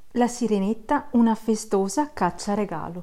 La sirenetta una festosa caccia regalo.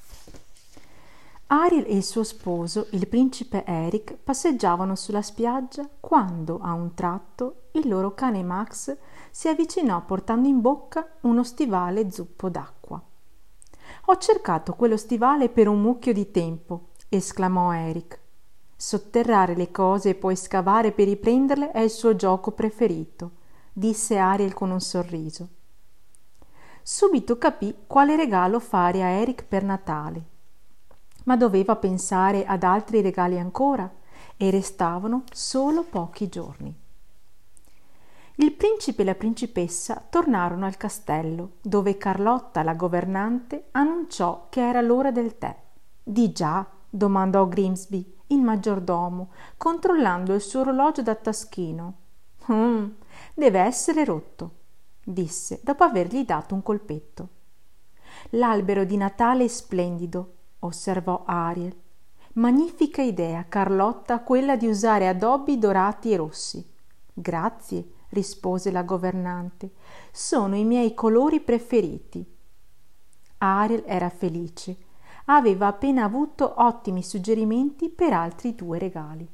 Ariel e il suo sposo, il principe Eric, passeggiavano sulla spiaggia quando, a un tratto, il loro cane Max si avvicinò portando in bocca uno stivale zuppo d'acqua. «Ho cercato quello stivale per un mucchio di tempo», esclamò Eric. «Sotterrare le cose e poi scavare per riprenderle è il suo gioco preferito», disse Ariel con un sorriso. Subito capì quale regalo fare a Eric per Natale, ma doveva pensare ad altri regali ancora e restavano solo pochi giorni. Il principe e la principessa tornarono al castello, dove Carlotta, la governante, annunciò che era l'ora del tè. «Di già?» domandò Grimsby, il maggiordomo, controllando il suo orologio da taschino. Deve essere rotto», disse dopo avergli dato un colpetto. «L'albero di Natale è splendido», osservò Ariel. «Magnifica idea, Carlotta, quella di usare addobbi dorati e rossi». «Grazie», rispose la governante, «sono i miei colori preferiti». Ariel era felice. Aveva appena avuto ottimi suggerimenti per altri 2 regali.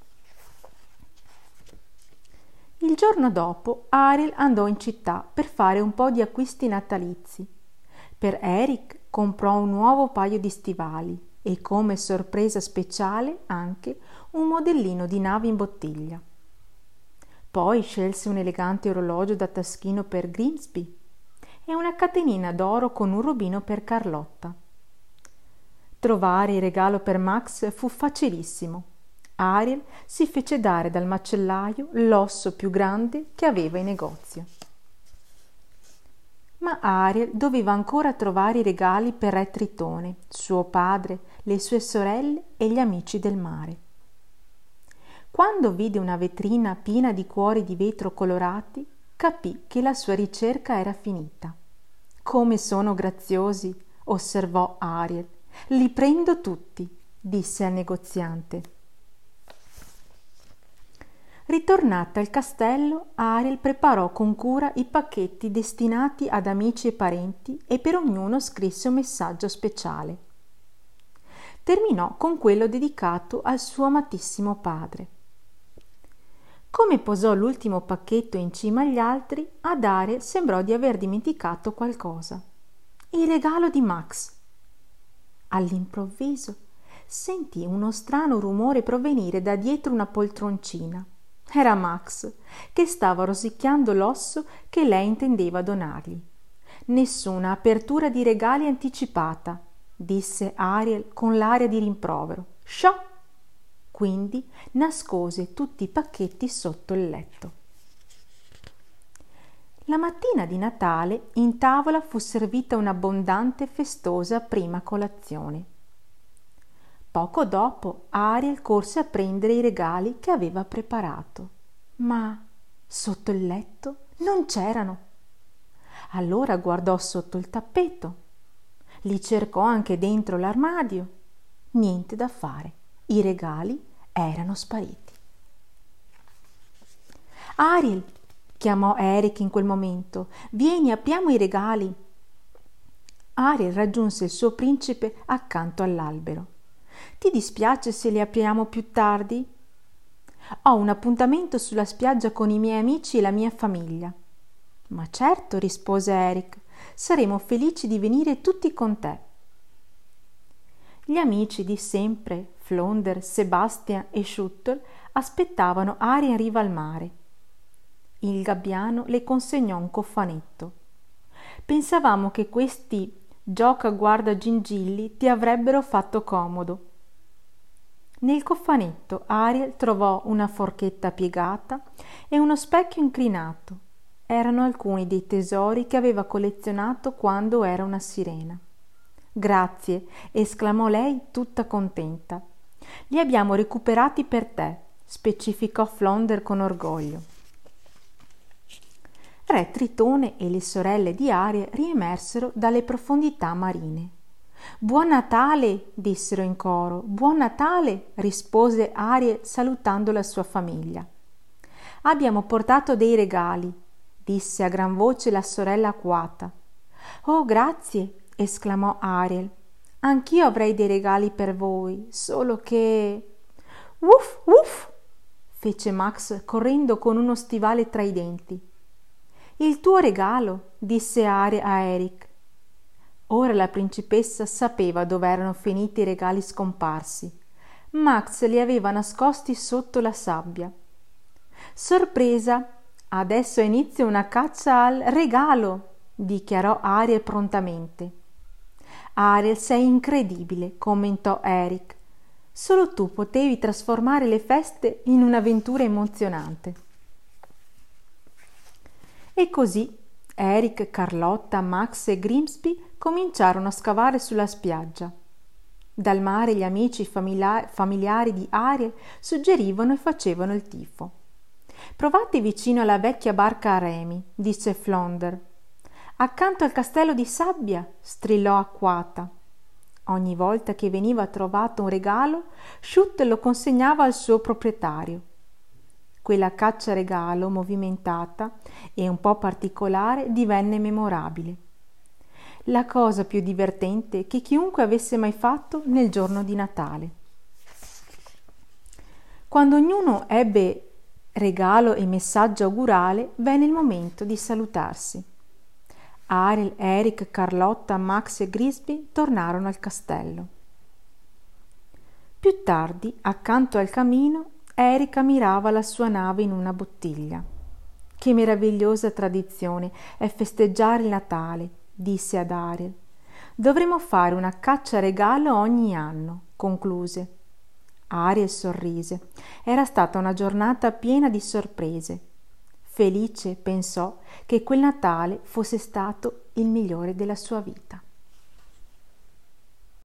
Il giorno dopo Ariel andò in città per fare un po' di acquisti natalizi. Per Eric comprò un nuovo paio di stivali e come sorpresa speciale anche un modellino di nave in bottiglia. Poi scelse un elegante orologio da taschino per Grimsby e una catenina d'oro con un rubino per Carlotta. Trovare il regalo per Max fu facilissimo. Ariel si fece dare dal macellaio l'osso più grande che aveva in negozio. Ma Ariel doveva ancora trovare i regali per Re Tritone, suo padre, le sue sorelle e gli amici del mare. Quando vide una vetrina piena di cuori di vetro colorati, capì che la sua ricerca era finita. «Come sono graziosi!» osservò Ariel. «Li prendo tutti», disse al negoziante. Ritornata al castello, Ariel preparò con cura i pacchetti destinati ad amici e parenti e per ognuno scrisse un messaggio speciale. Terminò con quello dedicato al suo amatissimo padre. Come posò l'ultimo pacchetto in cima agli altri, ad Ariel sembrò di aver dimenticato qualcosa. Il regalo di Max. All'improvviso sentì uno strano rumore provenire da dietro una poltroncina. Era Max, che stava rosicchiando l'osso che lei intendeva donargli. «Nessuna apertura di regali anticipata», disse Ariel con l'aria di rimprovero. «Sciò!» Quindi nascose tutti i pacchetti sotto il letto. La mattina di Natale in tavola fu servita un'abbondante e festosa prima colazione. Poco dopo Ariel corse a prendere i regali che aveva preparato, ma sotto il letto non c'erano. Allora guardò sotto il tappeto, li cercò anche dentro l'armadio. Niente da fare, i regali erano spariti. «Ariel», chiamò Eric in quel momento, «vieni, apriamo i regali». Ariel raggiunse il suo principe accanto all'albero. «Ti dispiace se li apriamo più tardi?» «Ho un appuntamento sulla spiaggia con i miei amici e la mia famiglia». «Ma certo», rispose Eric, «saremo felici di venire tutti con te». Gli amici di sempre, Flonder, Sebastian e Schuttel, aspettavano Ariel in riva al mare. Il gabbiano le consegnò un cofanetto. «Pensavamo che questi gioca guarda gingilli ti avrebbero fatto comodo». Nel cofanetto Ariel trovò una forchetta piegata e uno specchio inclinato. Erano alcuni dei tesori che aveva collezionato quando era una sirena. «Grazie», esclamò lei tutta contenta. «Li abbiamo recuperati per te», specificò Flonder con orgoglio. Re Tritone e le sorelle di Ariel riemersero dalle profondità marine. «Buon Natale!» dissero in coro. «Buon Natale!» rispose Ariel salutando la sua famiglia. «Abbiamo portato dei regali», disse a gran voce la sorella Quata. Oh, grazie, esclamò Ariel. Anch'io avrei dei regali per voi, solo che... Uff, uff, fece Max correndo con uno stivale tra i denti. Il tuo regalo, disse Ariel a Eric. Ora la principessa sapeva dove erano finiti i regali scomparsi. Max li aveva nascosti sotto la sabbia. Sorpresa! Adesso inizia una caccia al regalo, dichiarò Ariel prontamente. Ariel, sei incredibile, commentò Eric. Solo tu potevi trasformare le feste in un'avventura emozionante. E così Eric, Carlotta, Max e Grimsby cominciarono a scavare sulla spiaggia. Dal mare gli amici familiari di Ariel suggerivano e facevano il tifo. Provate vicino alla vecchia barca a remi, disse Flounder. Accanto al castello di sabbia, strillò Acquata. Ogni volta che veniva trovato un regalo, Sciut lo consegnava al suo proprietario. Quella caccia regalo movimentata e un po' particolare divenne memorabile. La cosa più divertente che chiunque avesse mai fatto nel giorno di Natale. Quando ognuno ebbe regalo e messaggio augurale, venne il momento di salutarsi. Ariel, Eric, Carlotta, Max e Grimsby tornarono al castello. Più tardi, accanto al camino, Eric ammirava la sua nave in una bottiglia. Che meravigliosa tradizione è festeggiare il Natale, disse ad Ariel. Dovremmo fare una caccia regalo ogni anno, concluse. Ariel sorrise. Era stata una giornata piena di sorprese. Felice pensò che quel Natale fosse stato il migliore della sua vita.